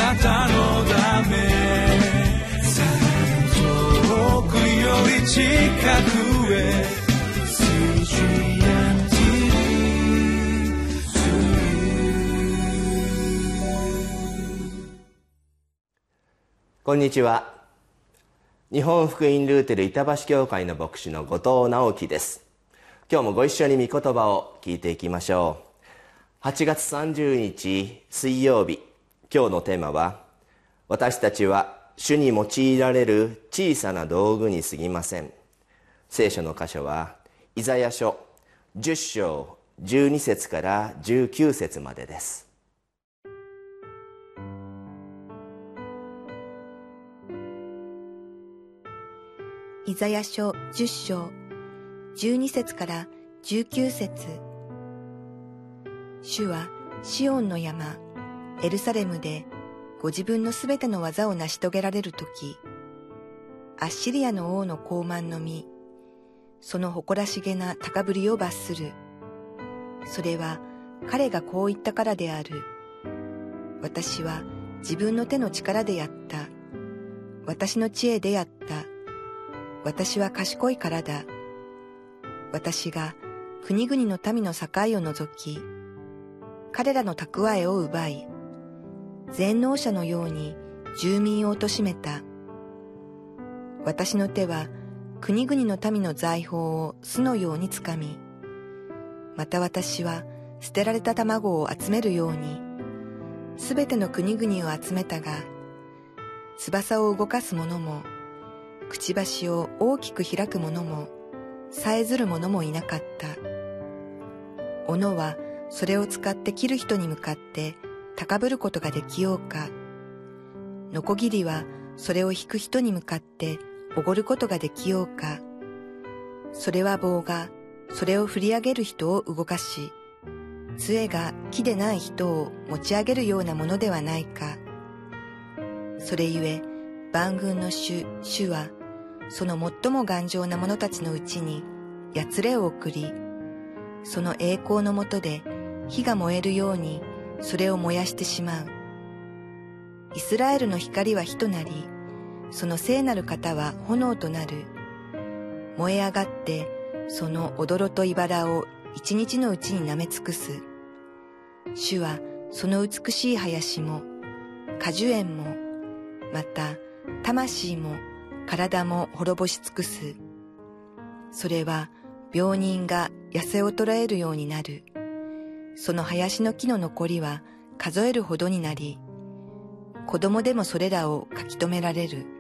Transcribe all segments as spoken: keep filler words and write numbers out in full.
なたのため遠くより近くへこんにちは。日本福音ルーテル板橋教会の牧師の後藤直樹です。今日もご一緒に御言葉を聞いていきましょう。はちがつさんじゅうにち水曜日、今日のテーマは、私たちは主に用いられる小さな道具に過ぎません。聖書の箇所はイザヤ書じゅっしょうじゅうにせつからじゅうきゅうせつまでです。 イザヤ書じゅっしょうじゅうにせつからじゅうきゅうせつ。主はシオンの山エルサレムでご自分のすべての技を成し遂げられるとき、アッシリアの王の高慢の実、その誇らしげな高ぶりを罰する。それは彼がこう言ったからである。私は自分の手の力でやった。私の知恵でやった。私は賢いからだ。私が国々の民の境を除き、彼らの蓄えを奪い、全能者のように住民を貶めた。私の手は国々の民の財宝を巣のようにつかみ、また私は捨てられた卵を集めるように、すべての国々を集めたが、翼を動かす者も、くちばしを大きく開く者も、さえずる者もいなかった。斧はそれを使って切る人に向かって高ぶることができようか。ノコギリはそれを引く人に向かっておごることができようか。それは棒がそれを振り上げる人を動かし、杖が木でない人を持ち上げるようなものではないか。それゆえ万軍の主、主はその最も頑丈な者たちのうちにやつれを送り、その栄光のもとで火が燃えるようにそれを燃やしてしまう。イスラエルの光は火となり、その聖なる方は炎となる。燃え上がってその踊と茨を一日のうちに舐め尽くす。主はその美しい林も果樹園もまた魂も体も滅ぼし尽くす。それは病人が痩せ衰えるようになる。その林の木の残りは数えるほどになり、子供でもそれらを書き留められる。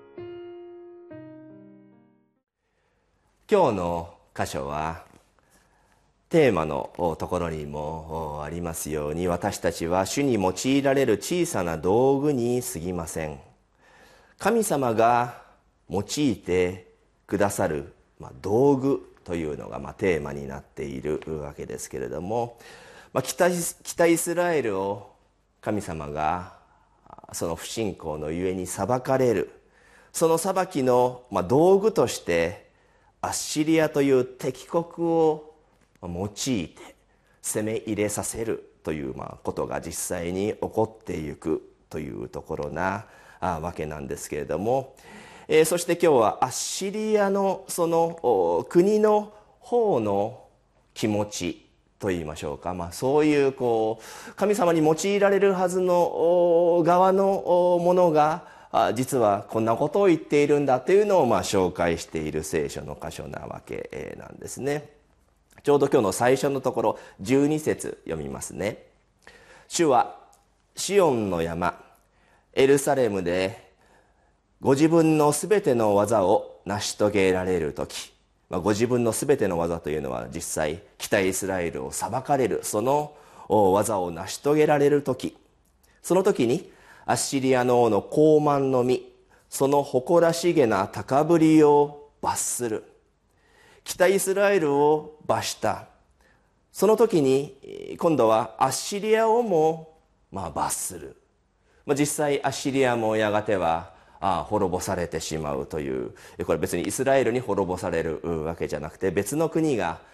今日の箇所はテーマのところにもありますように、私たちは主に用いられる小さな道具に過ぎません。神様が用いてくださる、まあ、道具というのが、まあ、テーマになっているわけですけれども、まあ、北、北イスラエルを神様がその不信仰のゆえに裁かれる、その裁きの、まあ、道具としてアッシリアという敵国を用いて攻め入れさせるという、まあ、ことが実際に起こっていくというところなわけなんですけれども、えー、そして今日はアッシリアのその国の方の気持ちといいましょうか、まあ、そういうこう神様に用いられるはずの側のものが実はこんなことを言っているんだというのをまあ紹介している聖書の箇所なわけなんですね。ちょうど今日の最初のところじゅうにせつ読みますね。主はシオンの山エルサレムでご自分のすべての技を成し遂げられるとき、まあ、ご自分のすべての技というのは実際北イスラエルを裁かれるその技を成し遂げられるとき、その時にアッシリアの王の高慢の実、その誇らしげな高ぶりを罰する。北イスラエルを罰した。その時に今度はアッシリアをもまあ罰する。まあ、実際アッシリアもやがてはあ滅ぼされてしまうという、これ別にイスラエルに滅ぼされるわけじゃなくて別の国が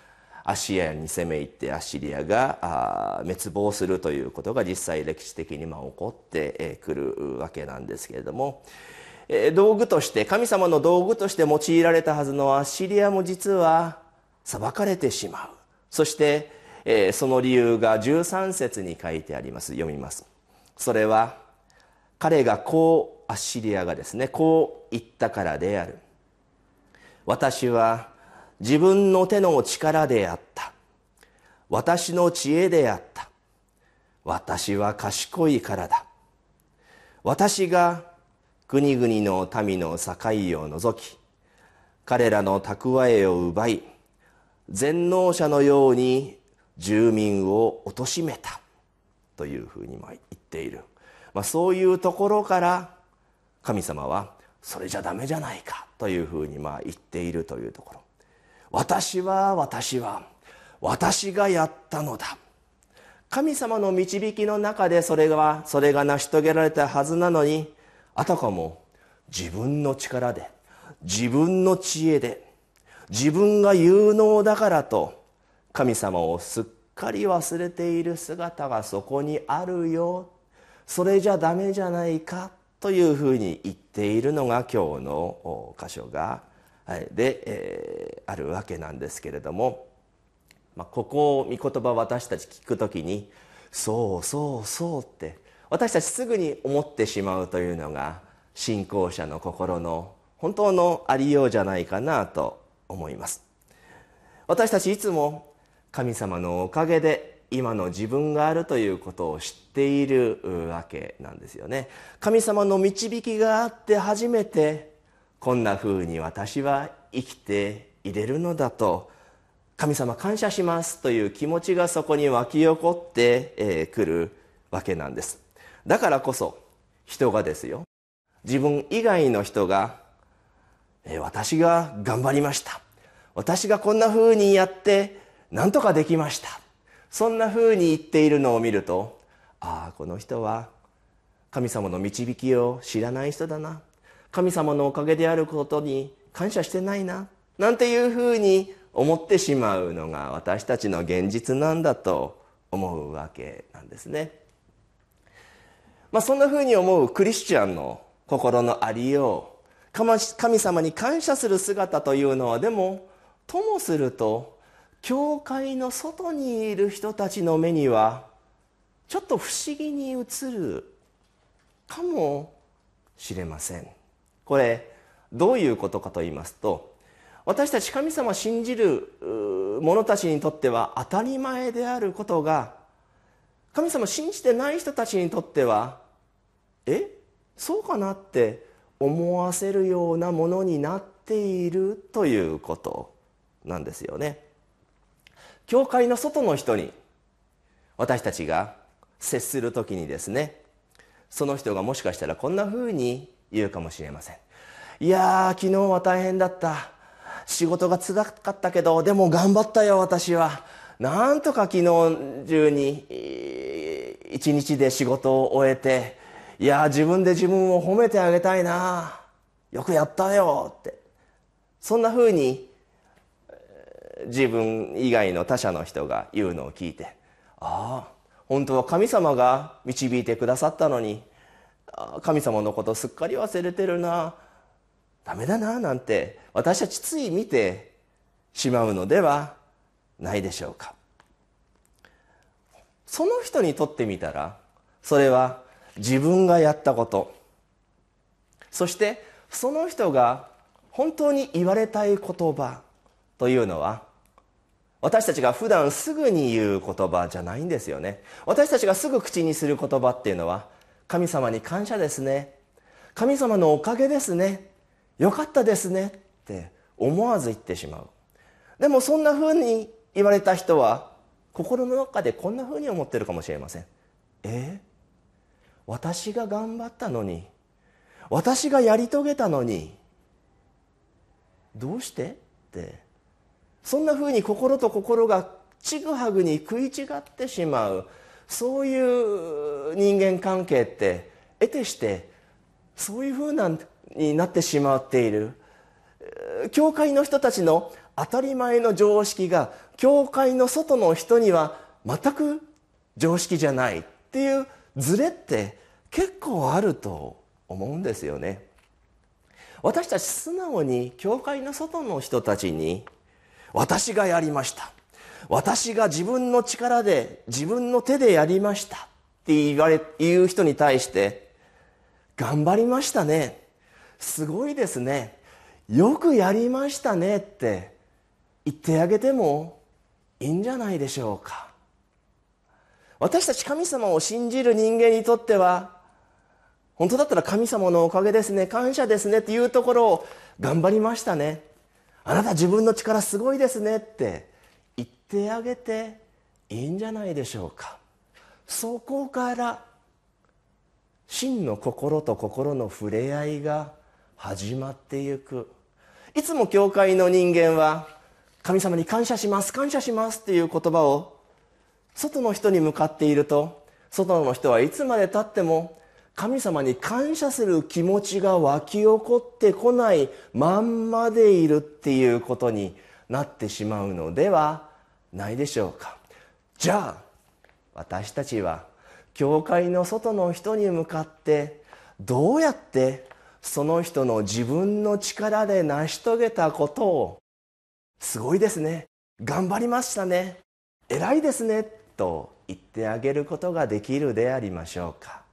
アッシリアに攻め入ってアッシリアが滅亡するということが実際歴史的にまあ起こってくるわけなんですけれども、道具として神様の道具として用いられたはずのアッシリアも実は裁かれてしまう。そしてその理由がじゅうさん節に書いてあります。読みます。それは彼がこうアッシリアがですねこう言ったからである。私は自分の手の力であった。私の知恵であった。私は賢いからだ。私が国々の民の境を除き、彼らの蓄えを奪い、全能者のように住民を貶めたというふうに言っている。まあ、そういうところから神様はそれじゃダメじゃないかというふうにまあ言っているというところ。私は私は私がやったのだ。神様の導きの中でそれがそれが成し遂げられたはずなのに、あたかも自分の力で自分の知恵で自分が有能だからと神様をすっかり忘れている姿がそこにあるよ。それじゃダメじゃないかというふうに言っているのが今日の箇所がで、えー、あるわけなんですけれども、まあ、ここを御言葉私たち聞くときにそうそうそうって私たちすぐに思ってしまうというのが信仰者の心の本当のありようじゃないかなと思います。私たちいつも神様のおかげで今の自分があるということを知っているわけなんですよね。神様の導きがあって初めてこんなふうに私は生きていれるのだと神様感謝しますという気持ちがそこに湧き起こってくるわけなんです。だからこそ人がですよ、自分以外の人が私が頑張りました、私がこんなふうにやって何とかできました、そんなふうに言っているのを見ると、ああこの人は神様の導きを知らない人だな、神様のおかげであることに感謝してないな、なんていうふうに思ってしまうのが私たちの現実なんだと思うわけなんですね。まあ、そんなふうに思うクリスチャンの心のありよう、神様に感謝する姿というのは、でもともすると教会の外にいる人たちの目にはちょっと不思議に映るかもしれません。これどういうことかと言いますと、私たち神様を信じる者たちにとっては当たり前であることが、神様を信じてない人たちにとってはえそうかなって思わせるようなものになっているということなんですよね。教会の外の人に私たちが接するときにですね、その人がもしかしたらこんなふうに言うかもしれません。いやー昨日は大変だった、仕事がつらかったけどでも頑張ったよ、私はなんとか昨日中に一日で仕事を終えて、いや自分で自分を褒めてあげたいな、よくやったよって、そんなふうに自分以外の他者の人が言うのを聞いて、ああ本当は神様が導いてくださったのに神様のことすっかり忘れてるな、ダメだななんて私たちつい見てしまうのではないでしょうか。その人にとってみたらそれは自分がやったこと、そしてその人が本当に言われたい言葉というのは私たちが普段すぐに言う言葉じゃないんですよね。私たちがすぐ口にする言葉っていうのは、神様に感謝ですね、神様のおかげですね、よかったですねって思わず言ってしまう。でもそんなふうに言われた人は心の中でこんなふうに思ってるかもしれません。えー私が頑張ったのに、私がやり遂げたのにどうしてって、そんなふうに心と心がちぐはぐに食い違ってしまう、そういう人間関係って得てしてそういうふうなになってしまっている。教会の人たちの当たり前の常識が教会の外の人には全く常識じゃないっていうズレって結構あると思うんですよね。私たち素直に教会の外の人たちに、私がやりました、私が自分の力で自分の手でやりましたって言われ言う人に対して、頑張りましたね、すごいですね、よくやりましたねって言ってあげてもいいんじゃないでしょうか。私たち神様を信じる人間にとっては、本当だったら神様のおかげですね、感謝ですねっていうところを、頑張りましたね、あなた自分の力すごいですねって言ってあげていいんじゃないでしょうか。そこから真の心と心の触れ合いが始まっていく。いつも教会の人間は神様に感謝します感謝しますっていう言葉を外の人に向かっていると、外の人はいつまで経っても神様に感謝する気持ちが湧き起こってこないまんまでいるっていうことになってしまうのではないでしょうか。じゃあ私たちは教会の外の人に向かってどうやってその人の自分の力で成し遂げたことを、すごいですね、頑張りましたね、偉いですねと言ってあげることができるでありましょうか。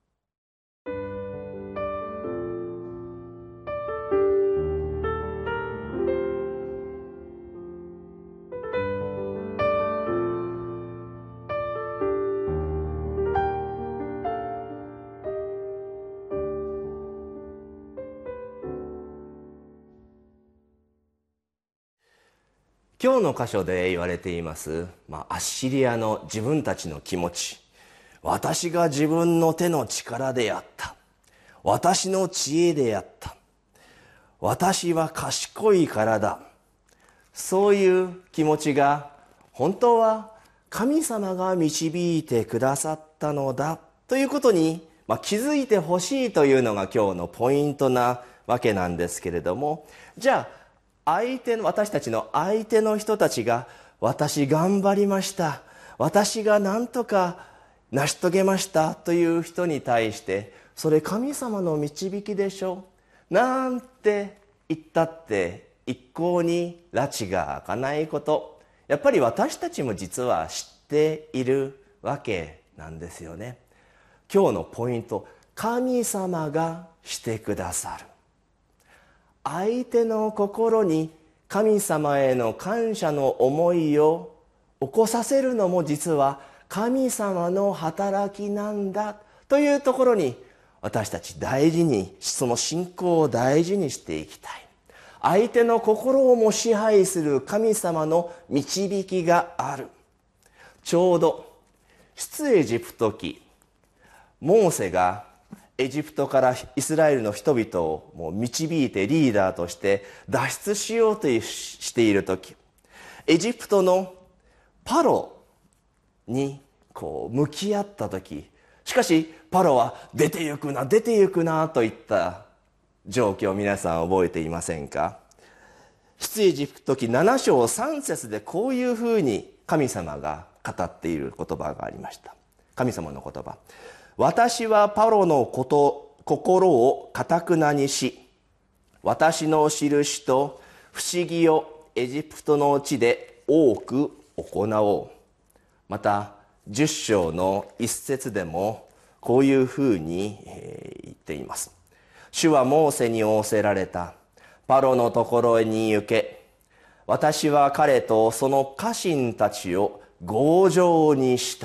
今日の箇所で言われています、まあ、アッシリアの自分たちの気持ち、私が自分の手の力でやった、私の知恵でやった、私は賢いからだ、そういう気持ちが本当は神様が導いてくださったのだということに、まあ、気づいてほしいというのが今日のポイントなわけなんですけれども、じゃあ相手の私たちの相手の人たちが、私頑張りました、私が何とか成し遂げましたという人に対して、それ神様の導きでしょなんて言ったって一向に拉致が開かないこと、やっぱり私たちも実は知っているわけなんですよね。今日のポイント、神様がしてくださる。相手の心に神様への感謝の思いを起こさせるのも実は神様の働きなんだというところに、私たち大事に、その信仰を大事にしていきたい。相手の心をも支配する神様の導きがある。ちょうど出エジプト記、モーセがエジプトからイスラエルの人々をもう導いてリーダーとして脱出しようとしている時、エジプトのパロにこう向き合った時、しかしパロは出て行くな出て行くなといった状況を皆さん覚えていませんか。出エジプト記なな章さん節でこういうふうに神様が語っている言葉がありました。神様の言葉、私はパロのこと心を堅くなにし、私の印と不思議をエジプトの地で多く行おう。またじゅっ章の一節でもこういうふうに言っています。主はモーセに仰せられた。パロのところに行け。私は彼とその家臣たちを強情にした。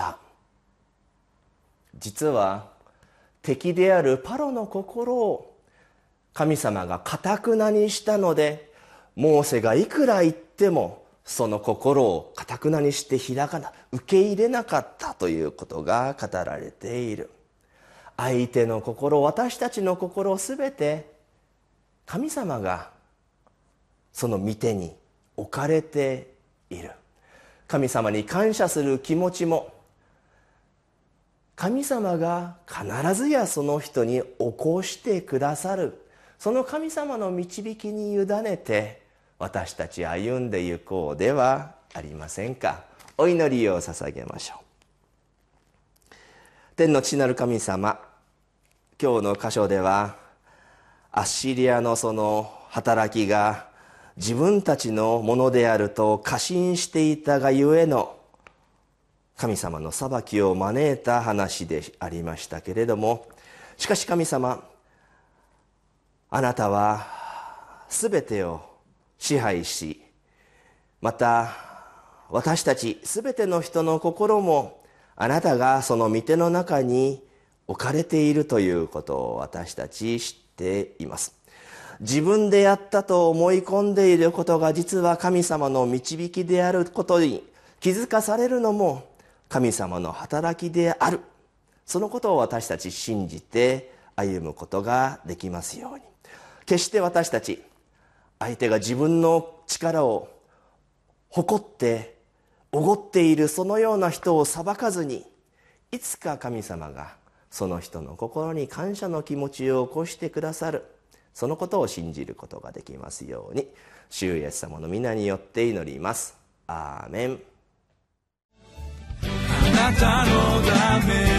実は敵であるパロの心を神様が堅くなにしたので、モーセがいくら言ってもその心を堅くなにして開かな受け入れなかったということが語られている。相手の心、私たちの心すべて神様がその御手に置かれている。神様に感謝する気持ちも神様が必ずやその人に起こしてくださる、その神様の導きに委ねて私たち歩んで行こうではありませんか。お祈りを捧げましょう。天の父なる神様、今日の箇所ではアッシリアのその働きが自分たちのものであると過信していたがゆえの神様の裁きを招いた話でありましたけれども、しかし神様、あなたはすべてを支配し、また私たちすべての人の心もあなたがその御手の中に置かれているということを私たち知っています。自分でやったと思い込んでいることが実は神様の導きであることに気づかされるのも神様の働きである。そのことを私たち信じて歩むことができますように。決して私たち相手が自分の力を誇っておごっているそのような人を裁かずに、いつか神様がその人の心に感謝の気持ちを起こしてくださる、そのことを信じることができますように、主イエス様の皆によって祈ります。アーメン。 あなたのため